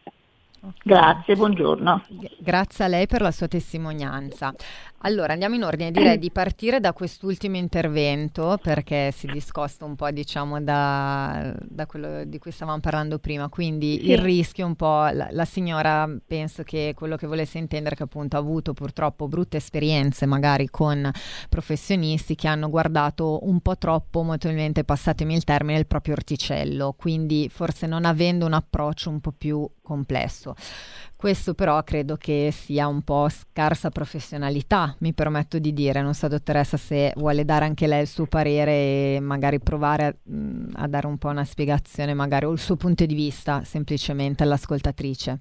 Speaker 6: Okay. Grazie, buongiorno.
Speaker 2: Grazie a lei per la sua testimonianza. Allora andiamo in ordine, direi di partire da quest'ultimo intervento perché si discosta un po', diciamo, da, da quello di cui stavamo parlando prima, quindi sì. Il rischio un po', la, la signora penso che quello che volesse intendere è che appunto ha avuto purtroppo brutte esperienze magari con professionisti che hanno guardato un po' troppo, molto probabilmente, passatemi il termine, il proprio orticello, quindi forse non avendo un approccio un po' più complesso. Questo però credo che sia un po' scarsa professionalità, mi permetto di dire. Non so, dottoressa, se vuole dare anche lei il suo parere e magari provare a, a dare un po' una spiegazione, magari, o il suo punto di vista semplicemente all'ascoltatrice.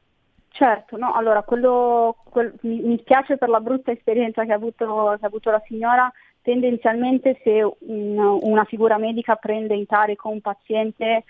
Speaker 4: Certo, no, allora quello, quel, mi, mi spiace per la brutta esperienza che ha avuto, che ha avuto la signora. Tendenzialmente se un, una figura medica prende in carico un paziente,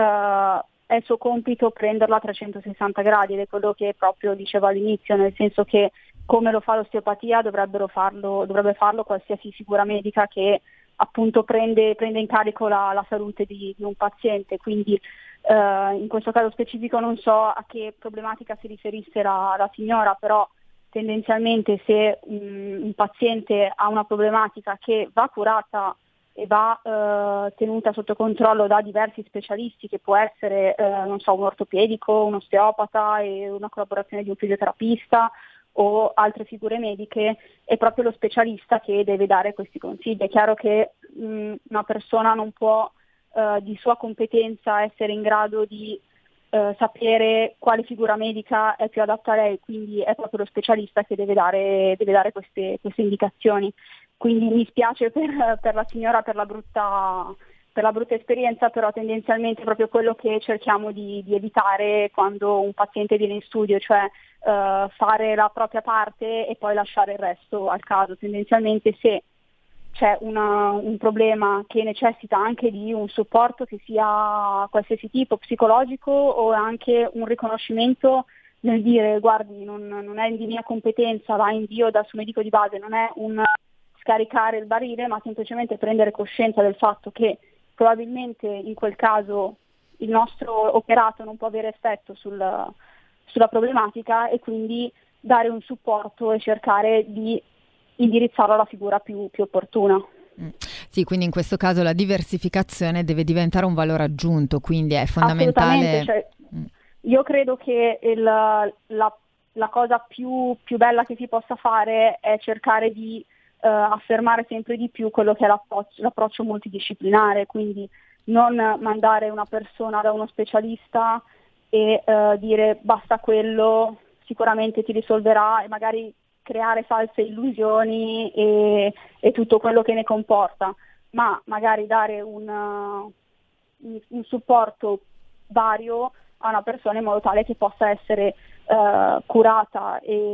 Speaker 4: uh, è il suo compito prenderla a trecentosessanta gradi, ed è quello che proprio dicevo all'inizio, nel senso che come lo fa l'osteopatia dovrebbero farlo, dovrebbe farlo qualsiasi figura medica che appunto prende, prende in carico la, la salute di, di un paziente. Quindi eh, in questo caso specifico non so a che problematica si riferisse la, la signora, però tendenzialmente se um, un paziente ha una problematica che va curata e va eh, tenuta sotto controllo da diversi specialisti, che può essere eh, non so, un ortopedico, un osteopata e una collaborazione di un fisioterapista o altre figure mediche, è proprio lo specialista che deve dare questi consigli. È chiaro che mh, una persona non può eh, di sua competenza essere in grado di eh, sapere quale figura medica è più adatta a lei, quindi è proprio lo specialista che deve dare, deve dare queste, queste indicazioni. Quindi mi spiace per, per la signora per la brutta per la brutta esperienza, però tendenzialmente è proprio quello che cerchiamo di, di evitare quando un paziente viene in studio, cioè uh, fare la propria parte e poi lasciare il resto al caso. Tendenzialmente se c'è una, un problema che necessita anche di un supporto, che sia qualsiasi tipo, psicologico, o anche un riconoscimento nel dire guardi non, non è di mia competenza, va invio dal suo medico di base, non è un scaricare il barile, ma semplicemente prendere coscienza del fatto che probabilmente in quel caso il nostro operato non può avere effetto sul, sulla problematica, e quindi dare un supporto e cercare di indirizzarlo alla figura più, più opportuna.
Speaker 2: Mm. Sì, quindi in questo caso la diversificazione deve diventare un valore aggiunto, quindi è fondamentale.
Speaker 4: Cioè,
Speaker 2: mm.
Speaker 4: Io credo che il, la, la cosa più, più bella che si possa fare è cercare di Uh, affermare sempre di più quello che è l'approccio, l'approccio multidisciplinare, quindi non mandare una persona da uno specialista e uh, dire basta quello, sicuramente ti risolverà, e magari creare false illusioni e, e tutto quello che ne comporta, ma magari dare un, uh, un, un supporto vario a una persona in modo tale che possa essere uh, curata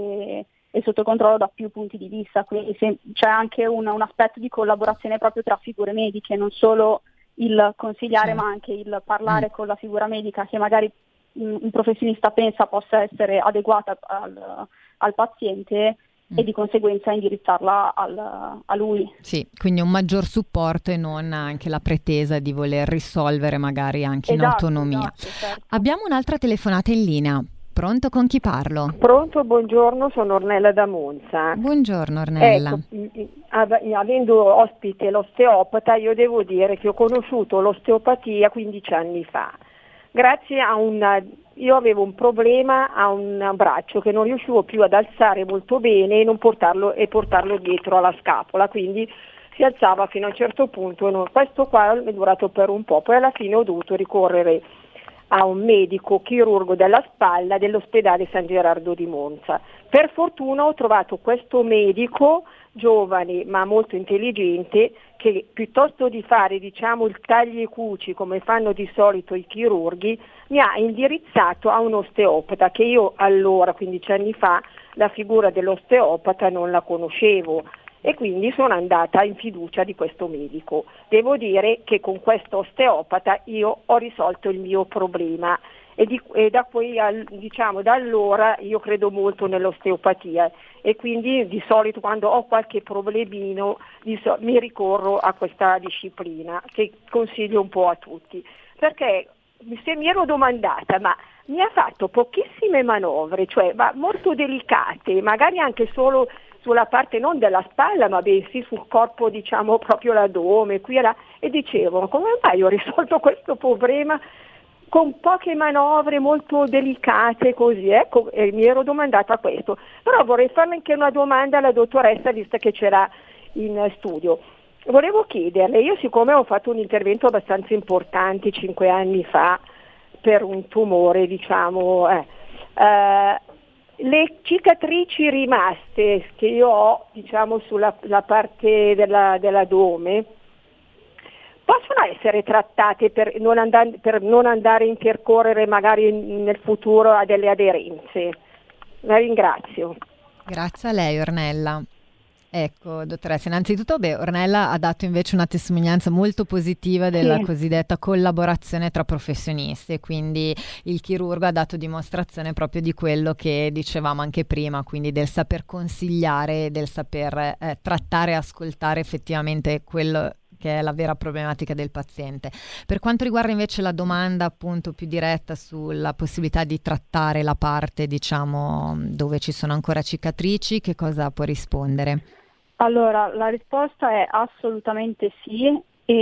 Speaker 4: e e sotto controllo da più punti di vista. Quindi se, c'è anche un, un aspetto di collaborazione proprio tra figure mediche, non solo il consigliare, sì, ma anche il parlare mm. con la figura medica che magari un, un professionista pensa possa essere adeguata al, al paziente mm. e di conseguenza indirizzarla al, a lui.
Speaker 2: Sì, quindi un maggior supporto e non anche la pretesa di voler risolvere magari anche
Speaker 4: esatto,
Speaker 2: in autonomia.
Speaker 4: Esatto, certo.
Speaker 2: Abbiamo un'altra telefonata in linea. Pronto, con chi parlo?
Speaker 7: Pronto, buongiorno, sono Ornella da Monza.
Speaker 2: Buongiorno Ornella.
Speaker 7: Ecco, avendo ospite l'osteopata, io devo dire che ho conosciuto l'osteopatia quindici anni fa. Grazie a un... io avevo un problema a un braccio che non riuscivo più ad alzare molto bene e, non portarlo, e portarlo dietro alla scapola, quindi si alzava fino a un certo punto. E non, questo qua è durato per un po', poi alla fine ho dovuto ricorrere a un medico chirurgo della spalla dell'ospedale San Gerardo di Monza. Per fortuna ho trovato questo medico giovane ma molto intelligente che piuttosto di fare diciamo il tagli e cuci come fanno di solito i chirurghi, mi ha indirizzato a un osteopata, che io allora, quindici anni fa, la figura dell'osteopata non la conoscevo, e quindi sono andata in fiducia di questo medico. Devo dire che con questo osteopata io ho risolto il mio problema e, di, e da poi al, diciamo da allora io credo molto nell'osteopatia e quindi di solito quando ho qualche problemino di so, mi ricorro a questa disciplina che consiglio un po' a tutti, perché se mi ero domandata ma mi ha fatto pochissime manovre, cioè ma molto delicate, magari anche solo sulla parte non della spalla, ma bensì sul corpo, diciamo proprio l'addome, qui e là, e dicevo, come mai ho risolto questo problema con poche manovre molto delicate così, ecco, e mi ero domandata questo. Però vorrei farle anche una domanda alla dottoressa, visto che c'era in studio. Volevo chiederle, io siccome ho fatto un intervento abbastanza importante cinque anni fa per un tumore, diciamo, eh, eh, le cicatrici rimaste che io ho, diciamo, sulla la parte della, dell'addome, possono essere trattate per non, andare, per non andare a intercorrere magari nel futuro a delle aderenze? La ringrazio.
Speaker 2: Grazie a lei, Ornella. Ecco, dottoressa, innanzitutto beh, Ornella ha dato invece una testimonianza molto positiva della sì. cosiddetta collaborazione tra professionisti, quindi il chirurgo ha dato dimostrazione proprio di quello che dicevamo anche prima, quindi del saper consigliare, del saper eh, trattare e ascoltare effettivamente quello che è la vera problematica del paziente. Per quanto riguarda invece la domanda appunto più diretta sulla possibilità di trattare la parte, diciamo, dove ci sono ancora cicatrici, che cosa può rispondere?
Speaker 4: Allora, la risposta è assolutamente sì,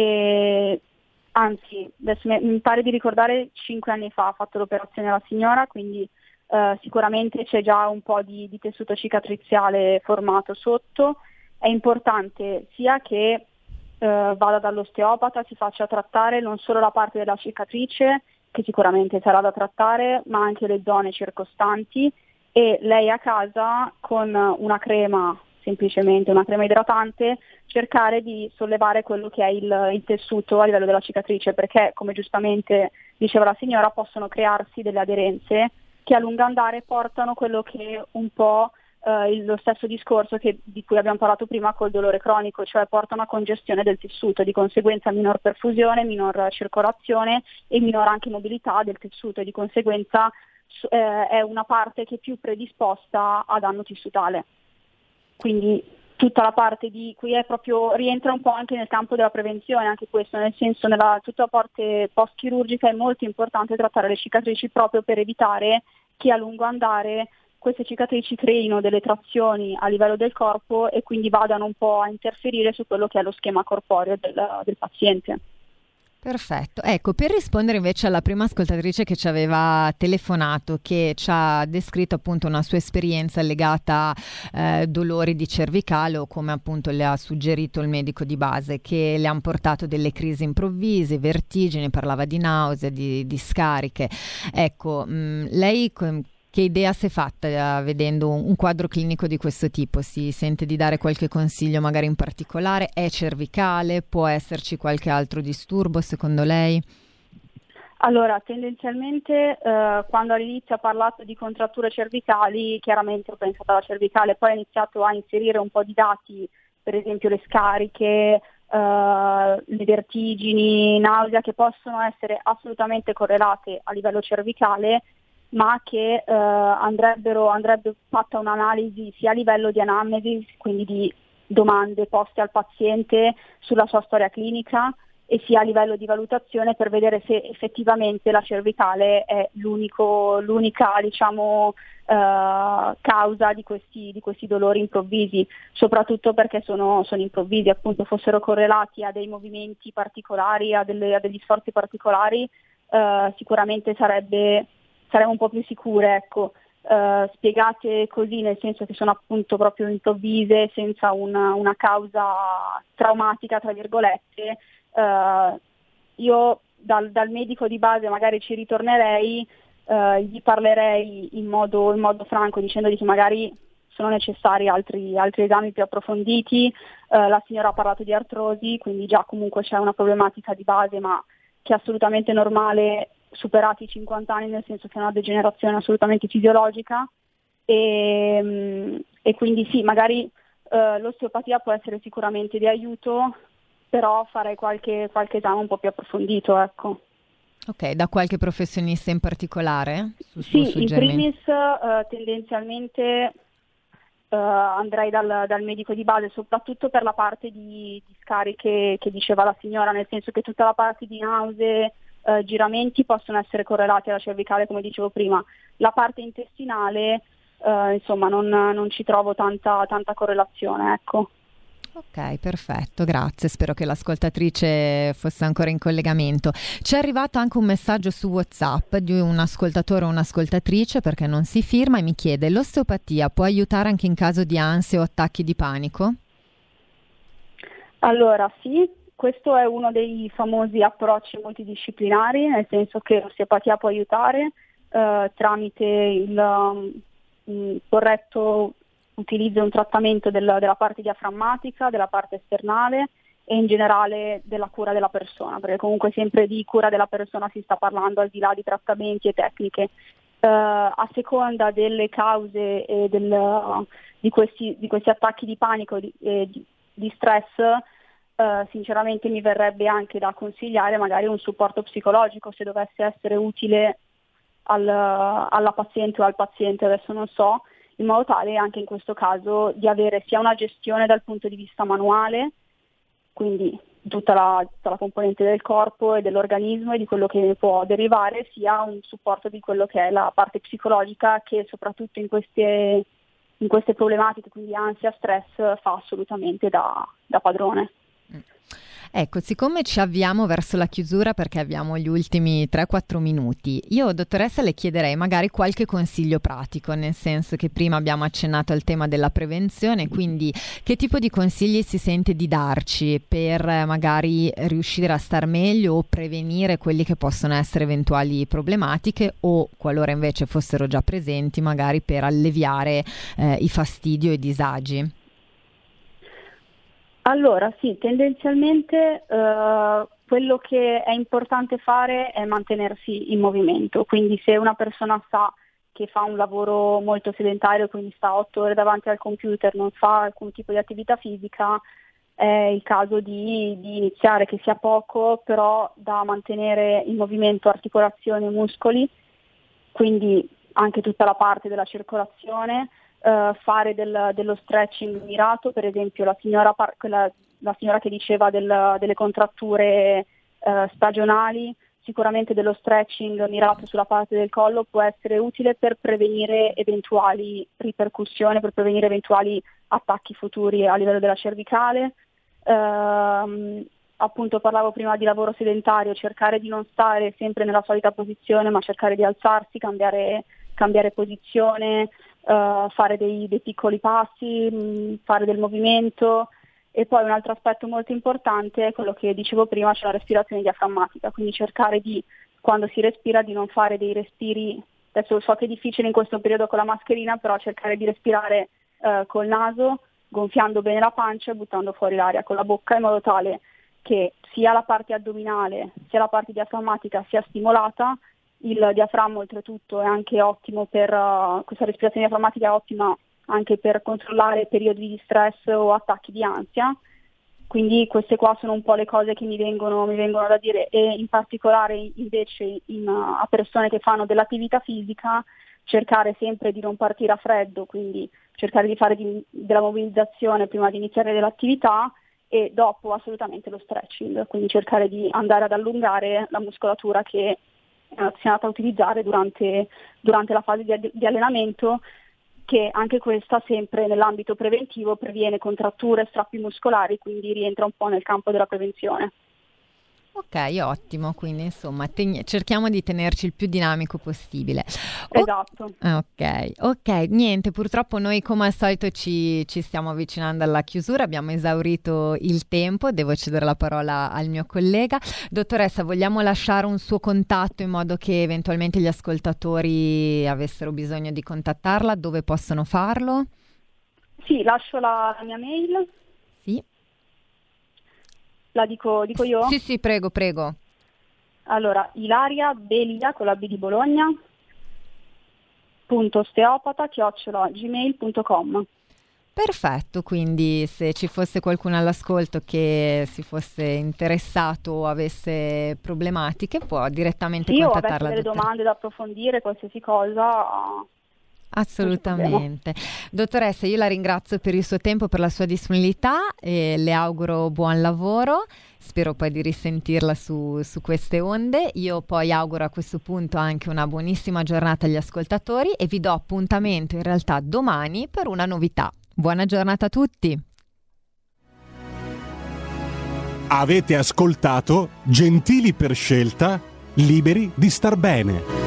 Speaker 4: e anzi, adesso mi pare di ricordare cinque anni fa ha fatto l'operazione la signora, quindi eh, sicuramente c'è già un po' di, di tessuto cicatriziale formato sotto. È importante sia che eh, vada dall'osteopata, si faccia trattare non solo la parte della cicatrice, che sicuramente sarà da trattare, ma anche le zone circostanti, e lei a casa con una crema, semplicemente una crema idratante, cercare di sollevare quello che è il, il tessuto a livello della cicatrice, perché come giustamente diceva la signora possono crearsi delle aderenze che a lungo andare portano quello che un po' eh, il, lo stesso discorso che, di cui abbiamo parlato prima col dolore cronico, cioè portano a congestione del tessuto, di conseguenza minor perfusione, minor circolazione e minor anche mobilità del tessuto, e di conseguenza eh, è una parte che è più predisposta a danno tissutale. Quindi tutta la parte di qui è proprio, rientra un po' anche nel campo della prevenzione, anche questo, nel senso nella tutta la parte post-chirurgica è molto importante trattare le cicatrici proprio per evitare che a lungo andare queste cicatrici creino delle trazioni a livello del corpo e quindi vadano un po' a interferire su quello che è lo schema corporeo del, del paziente.
Speaker 2: Perfetto. Ecco, per rispondere invece alla prima ascoltatrice che ci aveva telefonato, che ci ha descritto appunto una sua esperienza legata a eh, dolori di cervicale, o come appunto le ha suggerito il medico di base, che le hanno portato delle crisi improvvise, vertigini, parlava di nausea, di, di scariche. Ecco, mh, lei che idea si è fatta uh, vedendo un, un quadro clinico di questo tipo? Si sente di dare qualche consiglio magari in particolare? È cervicale? Può esserci qualche altro disturbo secondo lei?
Speaker 4: Allora, tendenzialmente eh, quando all'inizio ha parlato di contratture cervicali, chiaramente ho pensato alla cervicale, poi ha iniziato a inserire un po' di dati, per esempio le scariche, eh, le vertigini, nausea, che possono essere assolutamente correlate a livello cervicale, ma che eh, andrebbero andrebbe fatta un'analisi sia a livello di anamnesi, quindi di domande poste al paziente sulla sua storia clinica, e sia a livello di valutazione per vedere se effettivamente la cervicale è l'unico, l'unica diciamo, eh, causa di questi, di questi dolori improvvisi, soprattutto perché sono, sono improvvisi, appunto fossero correlati a dei movimenti particolari, a, delle, a degli sforzi particolari, eh, sicuramente sarebbe saremo un po' più sicure, ecco, uh, spiegate così, nel senso che sono appunto proprio improvvise, senza una, una causa traumatica, tra virgolette. Uh, io dal, dal medico di base magari ci ritornerei, uh, gli parlerei in modo, in modo franco, dicendogli che magari sono necessari altri, altri esami più approfonditi. Uh, la signora ha parlato di artrosi, quindi già comunque c'è una problematica di base, ma che è assolutamente normale superati i cinquanta anni, nel senso che è una degenerazione assolutamente fisiologica, e, e quindi sì, magari Uh, l'osteopatia può essere sicuramente di aiuto, però farei qualche, qualche esame un po' più approfondito, ecco.
Speaker 2: Ok, da qualche professionista in particolare? Su
Speaker 4: Sì, in primis uh, tendenzialmente uh, andrei dal, dal medico di base, soprattutto per la parte di, di scariche che diceva la signora, nel senso che tutta la parte di nausee, uh, giramenti possono essere correlati alla cervicale, come dicevo prima. La parte intestinale, uh, insomma, non, non ci trovo tanta, tanta correlazione, ecco.
Speaker 2: Ok, perfetto, grazie. Spero che l'ascoltatrice fosse ancora in collegamento. Ci è arrivato anche un messaggio su WhatsApp di un ascoltatore o un'ascoltatrice, perché non si firma, e mi chiede: l'osteopatia può aiutare anche in caso di ansia o attacchi di panico?
Speaker 4: Allora, sì, questo è uno dei famosi approcci multidisciplinari, nel senso che l'osteopatia può aiutare eh, tramite il um, corretto utilizzo e un trattamento del, della parte diaframmatica, della parte esternale e in generale della cura della persona, perché comunque sempre di cura della persona si sta parlando, al di là di trattamenti e tecniche. Uh, a seconda delle cause e del, uh, di, questi, di questi attacchi di panico e di, eh, di, di stress, uh, sinceramente mi verrebbe anche da consigliare magari un supporto psicologico, se dovesse essere utile al, alla paziente o al paziente, adesso non so, in modo tale anche in questo caso di avere sia una gestione dal punto di vista manuale, quindi tutta la, tutta la componente del corpo e dell'organismo e di quello che ne può derivare, sia un supporto di quello che è la parte psicologica, che soprattutto in queste, in queste problematiche, quindi ansia, stress, fa assolutamente da, da padrone.
Speaker 2: Ecco, siccome ci avviamo verso la chiusura perché abbiamo gli ultimi tre quattro minuti, io dottoressa le chiederei magari qualche consiglio pratico, nel senso che prima abbiamo accennato al tema della prevenzione, quindi che tipo di consigli si sente di darci per magari riuscire a star meglio o prevenire quelli che possono essere eventuali problematiche, o qualora invece fossero già presenti magari per alleviare eh, i fastidi o i disagi?
Speaker 4: Allora sì, tendenzialmente eh, quello che è importante fare è mantenersi in movimento, quindi se una persona sa che fa un lavoro molto sedentario, quindi sta otto ore davanti al computer, non fa alcun tipo di attività fisica, è il caso di, di iniziare, che sia poco, però da mantenere in movimento articolazioni e muscoli, quindi anche tutta la parte della circolazione. Uh, fare del, dello stretching mirato, per esempio la signora, par- quella, la signora che diceva del, delle contratture uh, stagionali, sicuramente dello stretching mirato sulla parte del collo può essere utile per prevenire eventuali ripercussioni, per prevenire eventuali attacchi futuri a livello della cervicale. Uh, appunto parlavo prima di lavoro sedentario, cercare di non stare sempre nella solita posizione, ma cercare di alzarsi, cambiare, cambiare posizione, Uh, fare dei, dei piccoli passi, mh, fare del movimento. E poi un altro aspetto molto importante è quello che dicevo prima, cioè la respirazione diaframmatica, quindi cercare di, quando si respira, di non fare dei respiri, adesso so che è difficile in questo periodo con la mascherina, però cercare di respirare uh, col naso, gonfiando bene la pancia e buttando fuori l'aria con la bocca, in modo tale che sia la parte addominale sia la parte diaframmatica sia stimolata. Il diaframma oltretutto è anche ottimo per, uh, questa respirazione diaframmatica è ottima anche per controllare periodi di stress o attacchi di ansia, quindi queste qua sono un po' le cose che mi vengono, mi vengono da dire. E in particolare invece in, uh, a persone che fanno dell'attività fisica, cercare sempre di non partire a freddo, quindi cercare di fare di, della mobilizzazione prima di iniziare dell'attività e dopo assolutamente lo stretching, quindi cercare di andare ad allungare la muscolatura che si è andata a utilizzare durante, durante la fase di, di allenamento, che anche questa sempre nell'ambito preventivo previene contratture, strappi muscolari, quindi rientra un po' nel campo della prevenzione.
Speaker 2: Ok, ottimo, quindi insomma ten- cerchiamo di tenerci il più dinamico possibile. O-
Speaker 4: Esatto.
Speaker 2: Ok, ok, niente, purtroppo noi come al solito ci, ci stiamo avvicinando alla chiusura, abbiamo esaurito il tempo, devo cedere la parola al mio collega. Dottoressa, vogliamo lasciare un suo contatto in modo che eventualmente gli ascoltatori avessero bisogno di contattarla, dove possono farlo?
Speaker 4: Sì, lascio la, la mia mail.
Speaker 2: Sì.
Speaker 4: La dico, dico io?
Speaker 2: Sì, sì, prego, prego.
Speaker 4: Allora, Ilaria Belia con la B di Bologna, punto osteopata chiocciola gmail punto com.
Speaker 2: Perfetto, quindi se ci fosse qualcuno all'ascolto che si fosse interessato o avesse problematiche, può direttamente
Speaker 4: Sì, o
Speaker 2: contattarla.
Speaker 4: avesse delle
Speaker 2: dottor-
Speaker 4: domande da approfondire, qualsiasi cosa.
Speaker 2: Assolutamente. Dottoressa, io la ringrazio per il suo tempo, per la sua disponibilità e le auguro buon lavoro. Spero poi di risentirla su, su queste onde. Io poi auguro a questo punto anche una buonissima giornata agli ascoltatori e vi do appuntamento in realtà domani per una novità. Buona giornata a tutti.
Speaker 1: Avete ascoltato Gentili per scelta, liberi di star bene.